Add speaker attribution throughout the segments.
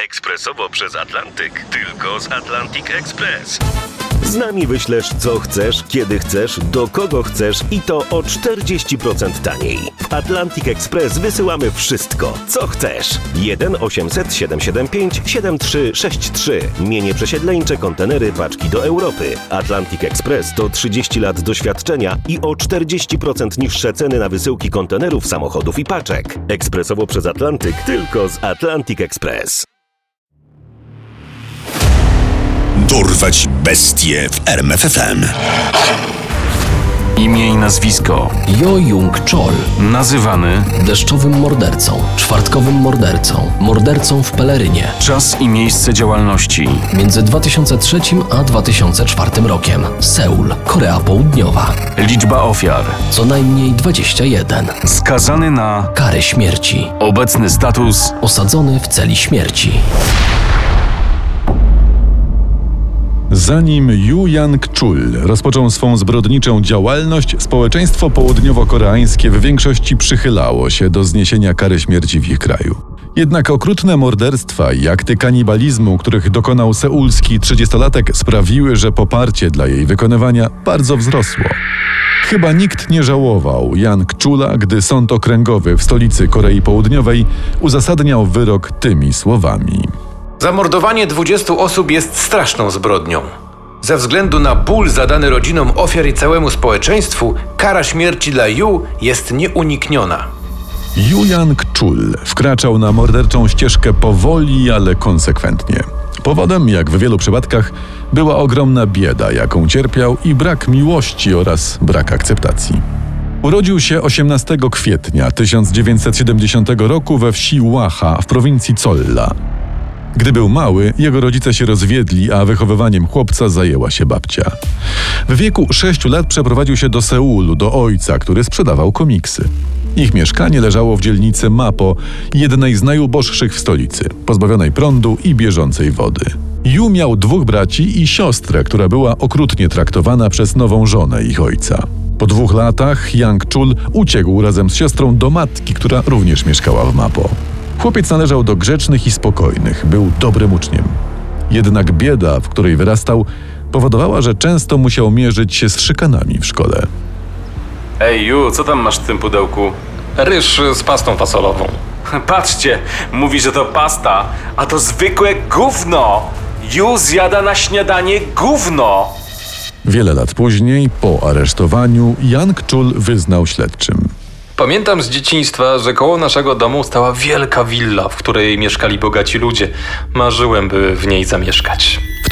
Speaker 1: ekspresowo przez Atlantyk. Tylko z Atlantic Express. Z nami wyślesz co chcesz, kiedy chcesz, do kogo chcesz i to o 40% taniej. W Atlantic Express wysyłamy wszystko, co chcesz. 1 800 775 7363. Mienie przesiedleńcze, kontenery, paczki do Europy. Atlantic Express to 30 lat doświadczenia i o 40% niższe ceny na wysyłki kontenerów, samochodów i paczek. Ekspresowo przez Atlantyk, tylko z Atlantic Express.
Speaker 2: Dorwać bestie w RMF FM.
Speaker 3: Imię i nazwisko:
Speaker 4: Jo Jung Chol.
Speaker 3: Nazywany
Speaker 4: Deszczowym mordercą, czwartkowym mordercą, mordercą w pelerynie.
Speaker 3: czas i miejsce działalności:
Speaker 4: Między 2003 a 2004 rokiem. Seul, Korea Południowa.
Speaker 3: liczba ofiar:
Speaker 4: Co najmniej 21.
Speaker 3: skazany na
Speaker 4: Karę śmierci.
Speaker 3: obecny status:
Speaker 4: Osadzony w celi śmierci.
Speaker 5: Zanim Yoo Yang-chul rozpoczął swą zbrodniczą działalność, społeczeństwo południowo-koreańskie w większości przychylało się do zniesienia kary śmierci w ich kraju. Jednak okrutne morderstwa i akty kanibalizmu, których dokonał seulski 30-latek, sprawiły, że poparcie dla jej wykonywania bardzo wzrosło. Chyba nikt nie żałował Yang-chula, gdy sąd okręgowy w stolicy Korei Południowej uzasadniał wyrok tymi słowami.
Speaker 6: Zamordowanie 20 osób jest straszną zbrodnią. Ze względu na ból zadany rodzinom ofiar i całemu społeczeństwu, kara śmierci dla Yoo jest nieunikniona.
Speaker 5: Yoo Yang-chul wkraczał na morderczą ścieżkę powoli, ale konsekwentnie. Powodem, jak w wielu przypadkach, była ogromna bieda, jaką cierpiał, i brak miłości oraz brak akceptacji. Urodził się 18 kwietnia 1970 roku we wsi Łacha w prowincji Cholla. Gdy był mały, jego rodzice się rozwiedli, a wychowywaniem chłopca zajęła się babcia. W wieku 6 lat przeprowadził się do Seulu, do ojca, który sprzedawał komiksy. Ich mieszkanie leżało w dzielnicy Mapo, jednej z najuboższych w stolicy, pozbawionej prądu i bieżącej wody. Yoo miał 2 braci i siostrę, która była okrutnie traktowana przez nową żonę ich ojca. Po 2 latach Yang-chul uciekł razem z siostrą do matki, która również mieszkała w Mapo. Chłopiec należał do grzecznych i spokojnych, był dobrym uczniem. Jednak bieda, w której wyrastał, powodowała, że często musiał mierzyć się z szykanami w szkole.
Speaker 7: Ej, Ju, co tam masz w tym pudełku?
Speaker 6: Ryż z pastą fasolową.
Speaker 7: Patrzcie, mówi, że to pasta, a to zwykłe gówno! Ju zjada na śniadanie gówno!
Speaker 5: Wiele lat później, po aresztowaniu, Yang-chul wyznał śledczym.
Speaker 6: Pamiętam z dzieciństwa, że koło naszego domu stała wielka willa, w której mieszkali bogaci ludzie. Marzyłem, by w niej zamieszkać.
Speaker 5: W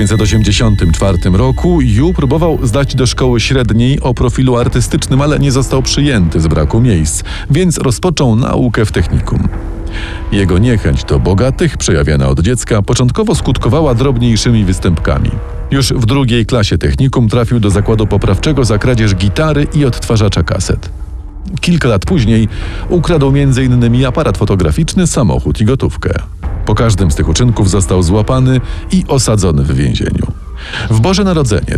Speaker 5: 1984 roku Yoo próbował zdać do szkoły średniej o profilu artystycznym, ale nie został przyjęty z braku miejsc, więc rozpoczął naukę w technikum. Jego niechęć do bogatych, przejawiana od dziecka, początkowo skutkowała drobniejszymi występkami. Już w 2. klasie technikum trafił do zakładu poprawczego za kradzież gitary i odtwarzacza kaset. Kilka lat później ukradł m.in. aparat fotograficzny, samochód i gotówkę. Po każdym z tych uczynków został złapany i osadzony w więzieniu. W Boże Narodzenie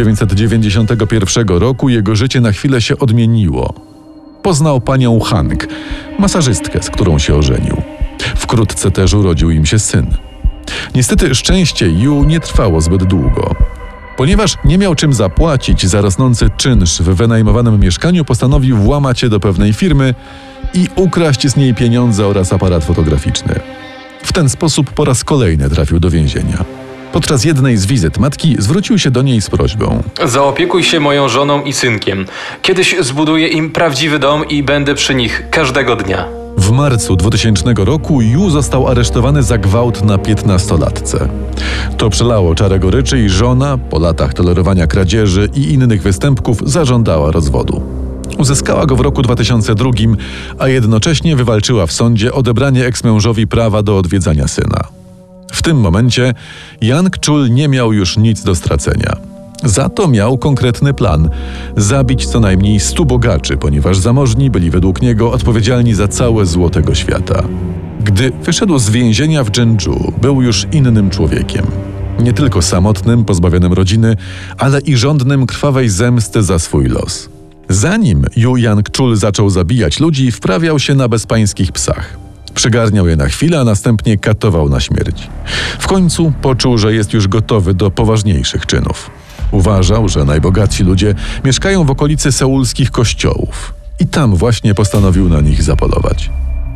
Speaker 5: 1991 roku jego życie na chwilę się odmieniło. Poznał panią Hang, masażystkę, z którą się ożenił. Wkrótce też urodził im się syn. Niestety szczęście Yoo nie trwało zbyt długo. Ponieważ nie miał czym zapłacić za rosnący czynsz w wynajmowanym mieszkaniu, postanowił włamać się do pewnej firmy i ukraść z niej pieniądze oraz aparat fotograficzny. W ten sposób po raz kolejny trafił do więzienia. Podczas jednej z wizyt matki zwrócił się do niej z prośbą.
Speaker 6: Zaopiekuj się moją żoną i synkiem. Kiedyś zbuduję im prawdziwy dom i będę przy nich każdego dnia.
Speaker 5: W marcu 2000 roku Yoo został aresztowany za gwałt na 15-latce. To przelało czarę goryczy i żona, po latach tolerowania kradzieży i innych występków, zażądała rozwodu. Uzyskała go w roku 2002, a jednocześnie wywalczyła w sądzie odebranie eksmężowi prawa do odwiedzania syna. W tym momencie Yang-chul nie miał już nic do stracenia. Za to miał konkretny plan – zabić co najmniej 100 bogaczy, ponieważ zamożni byli według niego odpowiedzialni za całe zło tego świata. Gdy wyszedł z więzienia w Jeonju, był już innym człowiekiem. Nie tylko samotnym, pozbawionym rodziny, ale i żądnym krwawej zemsty za swój los. Zanim Yoo Yang-chul zaczął zabijać ludzi, wprawiał się na bezpańskich psach. Przygarniał je na chwilę, a następnie katował na śmierć. W końcu poczuł, że jest już gotowy do poważniejszych czynów. Uważał, że najbogatsi ludzie mieszkają w okolicy seulskich kościołów. I tam właśnie postanowił na nich zapolować.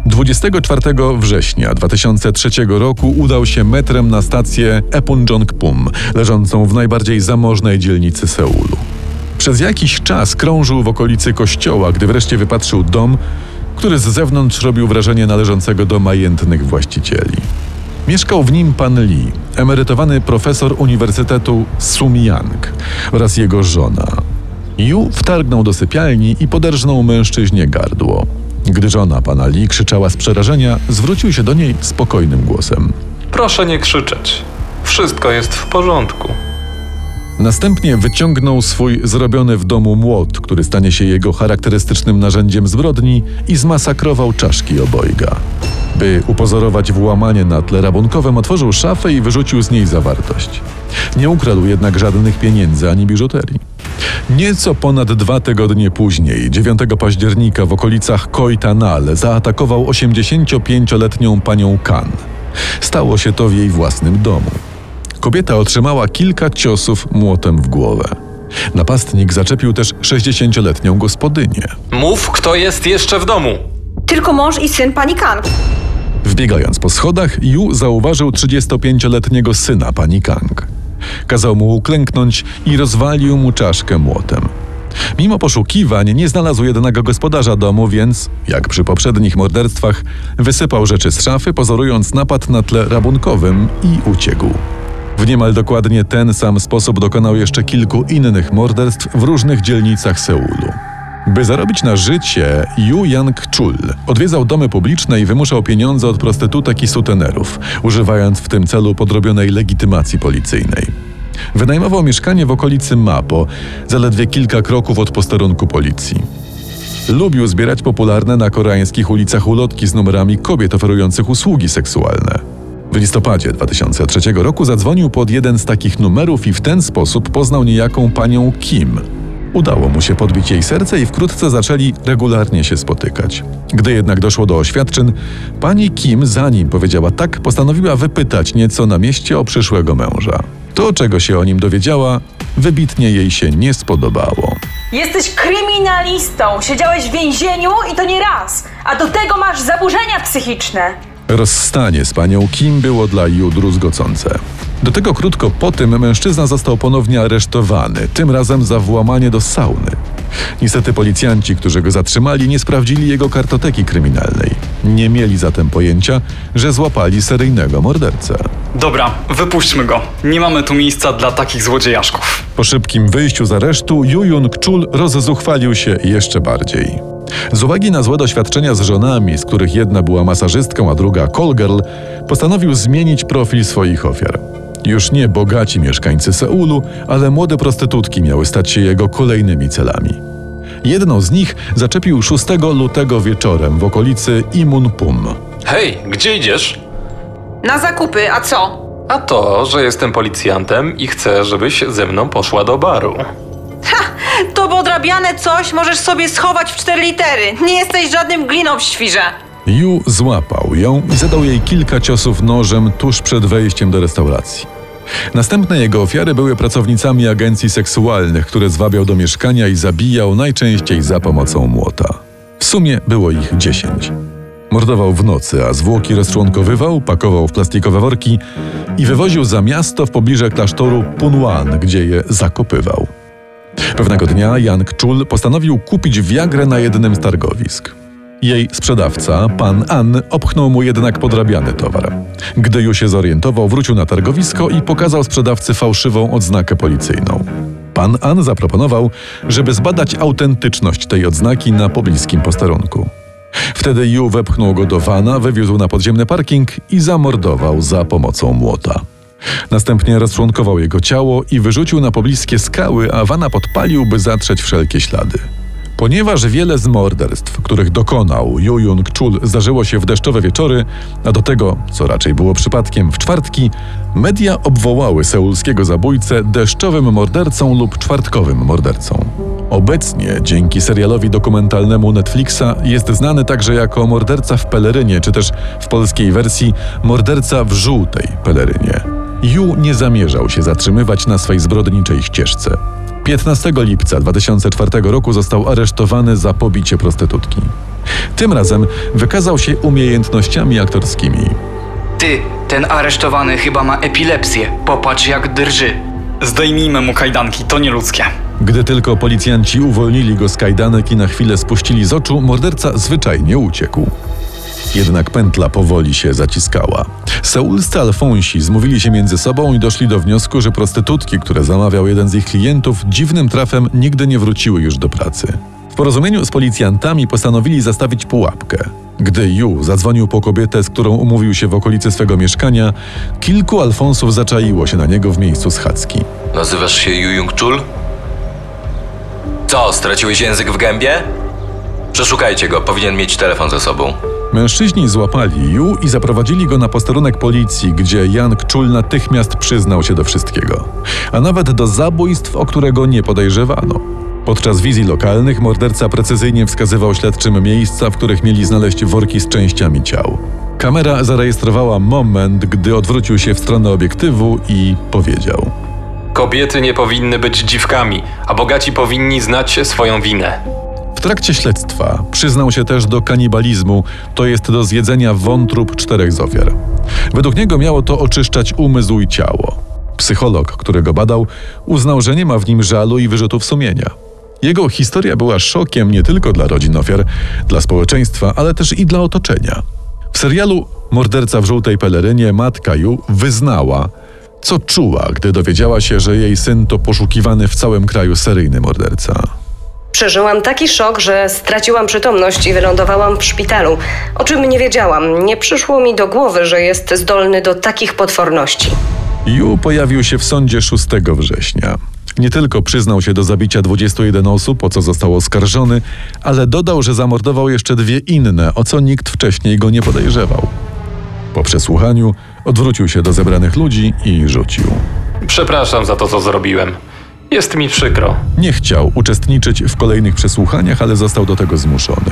Speaker 5: 24 września 2003 roku udał się metrem na stację Epunjongpum, leżącą w najbardziej zamożnej dzielnicy Seulu. Przez jakiś czas krążył w okolicy kościoła, gdy wreszcie wypatrzył dom, który z zewnątrz robił wrażenie należącego do majętnych właścicieli. Mieszkał w nim pan Lee, emerytowany profesor Uniwersytetu Sumyang oraz jego żona. Yu wtargnął do sypialni i poderżnął mężczyźnie gardło. Gdy żona pana Lee krzyczała z przerażenia, zwrócił się do niej spokojnym głosem.
Speaker 8: Proszę nie krzyczeć. Wszystko jest w porządku.
Speaker 5: Następnie wyciągnął swój zrobiony w domu młot, który stanie się jego charakterystycznym narzędziem zbrodni, i zmasakrował czaszki obojga. By upozorować włamanie na tle rabunkowym, otworzył szafę i wyrzucił z niej zawartość. Nie ukradł jednak żadnych pieniędzy ani biżuterii. Nieco ponad 2 tygodnie później, 9 października w okolicach Khoi Thanal, zaatakował 85-letnią panią Kan. Stało się to w jej własnym domu. Kobieta otrzymała kilka ciosów młotem w głowę. Napastnik zaczepił też 60-letnią gospodynię.
Speaker 8: Mów, kto jest jeszcze w domu.
Speaker 9: Tylko mąż i syn pani Kang.
Speaker 5: Wbiegając po schodach, Yu zauważył 35-letniego syna pani Kang. Kazał mu uklęknąć i rozwalił mu czaszkę młotem. Mimo poszukiwań nie znalazł jednak gospodarza domu, więc, jak przy poprzednich morderstwach, wysypał rzeczy z szafy, pozorując napad na tle rabunkowym i uciekł. W niemal dokładnie ten sam sposób dokonał jeszcze kilku innych morderstw w różnych dzielnicach Seulu. By zarobić na życie, Yu Yang-chul odwiedzał domy publiczne i wymuszał pieniądze od prostytutek i sutenerów, używając w tym celu podrobionej legitymacji policyjnej. Wynajmował mieszkanie w okolicy Mapo, zaledwie kilka kroków od posterunku policji. Lubił zbierać popularne na koreańskich ulicach ulotki z numerami kobiet oferujących usługi seksualne. W listopadzie 2003 roku zadzwonił pod jeden z takich numerów i w ten sposób poznał niejaką panią Kim. Udało mu się podbić jej serce i wkrótce zaczęli regularnie się spotykać. Gdy jednak doszło do oświadczyn, pani Kim, zanim powiedziała tak, postanowiła wypytać nieco na mieście o przyszłego męża. To, czego się o nim dowiedziała, wybitnie jej się nie spodobało.
Speaker 9: Jesteś kryminalistą, siedziałeś w więzieniu i to nie raz, a do tego masz zaburzenia psychiczne.
Speaker 5: Rozstanie z panią Kim było dla Yu druzgocące. Do tego krótko po tym mężczyzna został ponownie aresztowany, tym razem za włamanie do sauny. Niestety policjanci, którzy go zatrzymali, nie sprawdzili jego kartoteki kryminalnej. Nie mieli zatem pojęcia, że złapali seryjnego mordercę.
Speaker 10: Dobra, wypuśćmy go. Nie mamy tu miejsca dla takich złodziejaszków.
Speaker 5: Po szybkim wyjściu z aresztu Yu Yang-chul rozzuchwalił się jeszcze bardziej. Z uwagi na złe doświadczenia z żonami, z których jedna była masażystką, a druga call girl, postanowił zmienić profil swoich ofiar. Już nie bogaci mieszkańcy Seulu, ale młode prostytutki miały stać się jego kolejnymi celami. Jedną z nich zaczepił 6 lutego wieczorem w okolicy Imunpum.
Speaker 8: Hej, gdzie idziesz?
Speaker 9: Na zakupy, a co?
Speaker 8: A to, że jestem policjantem i chcę, żebyś ze mną poszła do baru.
Speaker 9: To podrabiane coś możesz sobie schować w 4 litery. Nie jesteś żadnym gliną w świrze.
Speaker 5: Yu złapał ją i zadał jej kilka ciosów nożem tuż przed wejściem do restauracji. Następne jego ofiary były pracownicami agencji seksualnych, które zwabiał do mieszkania i zabijał najczęściej za pomocą młota. W sumie było ich 10. Mordował w nocy, a zwłoki rozczłonkowywał, pakował w plastikowe worki i wywoził za miasto w pobliże klasztoru Punwan, gdzie je zakopywał. Pewnego dnia Yang-chul postanowił kupić Viagrę na jednym z targowisk. Jej sprzedawca, pan An, opchnął mu jednak podrabiany towar. Gdy już się zorientował, wrócił na targowisko i pokazał sprzedawcy fałszywą odznakę policyjną. Pan An zaproponował, żeby zbadać autentyczność tej odznaki na pobliskim posterunku. Wtedy Yu wepchnął go do wana, wywiózł na podziemny parking i zamordował za pomocą młota. Następnie rozczłonkował jego ciało i wyrzucił na pobliskie skały, a wana podpalił, by zatrzeć wszelkie ślady. Ponieważ wiele z morderstw, których dokonał Yoo Jung-chul, zdarzyło się w deszczowe wieczory, a do tego, co raczej było przypadkiem, w czwartki, media obwołały seulskiego zabójcę deszczowym mordercą lub czwartkowym mordercą. Obecnie, dzięki serialowi dokumentalnemu Netflixa, jest znany także jako morderca w pelerynie, czy też w polskiej wersji morderca w żółtej pelerynie. Yoo nie zamierzał się zatrzymywać na swej zbrodniczej ścieżce. 15 lipca 2004 roku został aresztowany za pobicie prostytutki. Tym razem wykazał się umiejętnościami aktorskimi.
Speaker 11: Ty, ten aresztowany chyba ma epilepsję. Popatrz jak drży.
Speaker 10: Zdejmijmy mu kajdanki, to nieludzkie.
Speaker 5: Gdy tylko policjanci uwolnili go z kajdanek i na chwilę spuścili z oczu, morderca zwyczajnie uciekł. Jednak pętla powoli się zaciskała. Seulscy alfonsi zmówili się między sobą i doszli do wniosku, że prostytutki, które zamawiał jeden z ich klientów, dziwnym trafem nigdy nie wróciły już do pracy. W porozumieniu z policjantami postanowili zastawić pułapkę. Gdy Yoo zadzwonił po kobietę, z którą umówił się w okolicy swego mieszkania, kilku alfonsów zaczaiło się na niego w miejscu schadzki.
Speaker 12: Nazywasz się Yoo Jung-chul? Co, straciłeś język w gębie? Przeszukajcie go, powinien mieć telefon ze sobą.
Speaker 5: Mężczyźni złapali Yoo i zaprowadzili go na posterunek policji, gdzie Jung-chul natychmiast przyznał się do wszystkiego. A nawet do zabójstw, o które go nie podejrzewano. Podczas wizji lokalnych morderca precyzyjnie wskazywał śledczym miejsca, w których mieli znaleźć worki z częściami ciał. Kamera zarejestrowała moment, gdy odwrócił się w stronę obiektywu i powiedział:
Speaker 8: Kobiety nie powinny być dziwkami, a bogaci powinni znać swoją winę.
Speaker 5: W trakcie śledztwa przyznał się też do kanibalizmu, to jest do zjedzenia wątrób 4 z ofiar. Według niego miało to oczyszczać umysł i ciało. Psycholog, który go badał, uznał, że nie ma w nim żalu i wyrzutów sumienia. Jego historia była szokiem nie tylko dla rodzin ofiar, dla społeczeństwa, ale też i dla otoczenia. W serialu Morderca w żółtej pelerynie matka Yoo wyznała, co czuła, gdy dowiedziała się, że jej syn to poszukiwany w całym kraju seryjny morderca.
Speaker 13: Przeżyłam taki szok, że straciłam przytomność i wylądowałam w szpitalu. O czym nie wiedziałam. Nie przyszło mi do głowy, że jest zdolny do takich potworności.
Speaker 5: Yoo pojawił się w sądzie 6 września. Nie tylko przyznał się do zabicia 21 osób, o co został oskarżony, ale dodał, że zamordował jeszcze 2 inne, o co nikt wcześniej go nie podejrzewał. Po przesłuchaniu odwrócił się do zebranych ludzi i rzucił:
Speaker 8: Przepraszam za to, co zrobiłem. Jest mi przykro.
Speaker 5: Nie chciał uczestniczyć w kolejnych przesłuchaniach, ale został do tego zmuszony.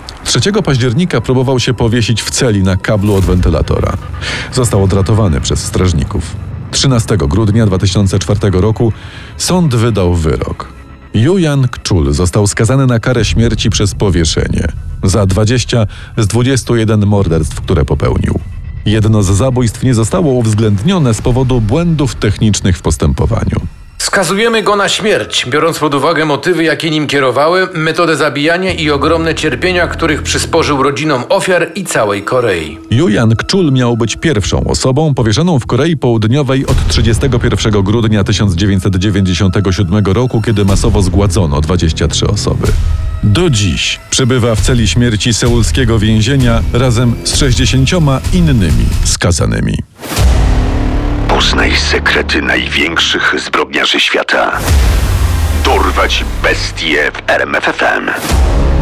Speaker 5: 3 października próbował się powiesić w celi na kablu od wentylatora. Został odratowany przez strażników. 13 grudnia 2004 roku sąd wydał wyrok. Yoo Jung-chul został skazany na karę śmierci przez powieszenie za 20 z 21 morderstw, które popełnił. Jedno z zabójstw nie zostało uwzględnione z powodu błędów technicznych w postępowaniu.
Speaker 6: Skazujemy go na śmierć, biorąc pod uwagę motywy, jakie nim kierowały, metodę zabijania i ogromne cierpienia, których przysporzył rodzinom ofiar i całej Korei.
Speaker 5: Yoo Jung-chul miał być pierwszą osobą powieszoną w Korei Południowej od 31 grudnia 1997 roku, kiedy masowo zgładzono 23 osoby. Do dziś przebywa w celi śmierci seulskiego więzienia razem z 60 innymi skazanymi.
Speaker 2: Poznaj sekrety największych zbrodniarzy świata. Dorwać bestie w RMF FM.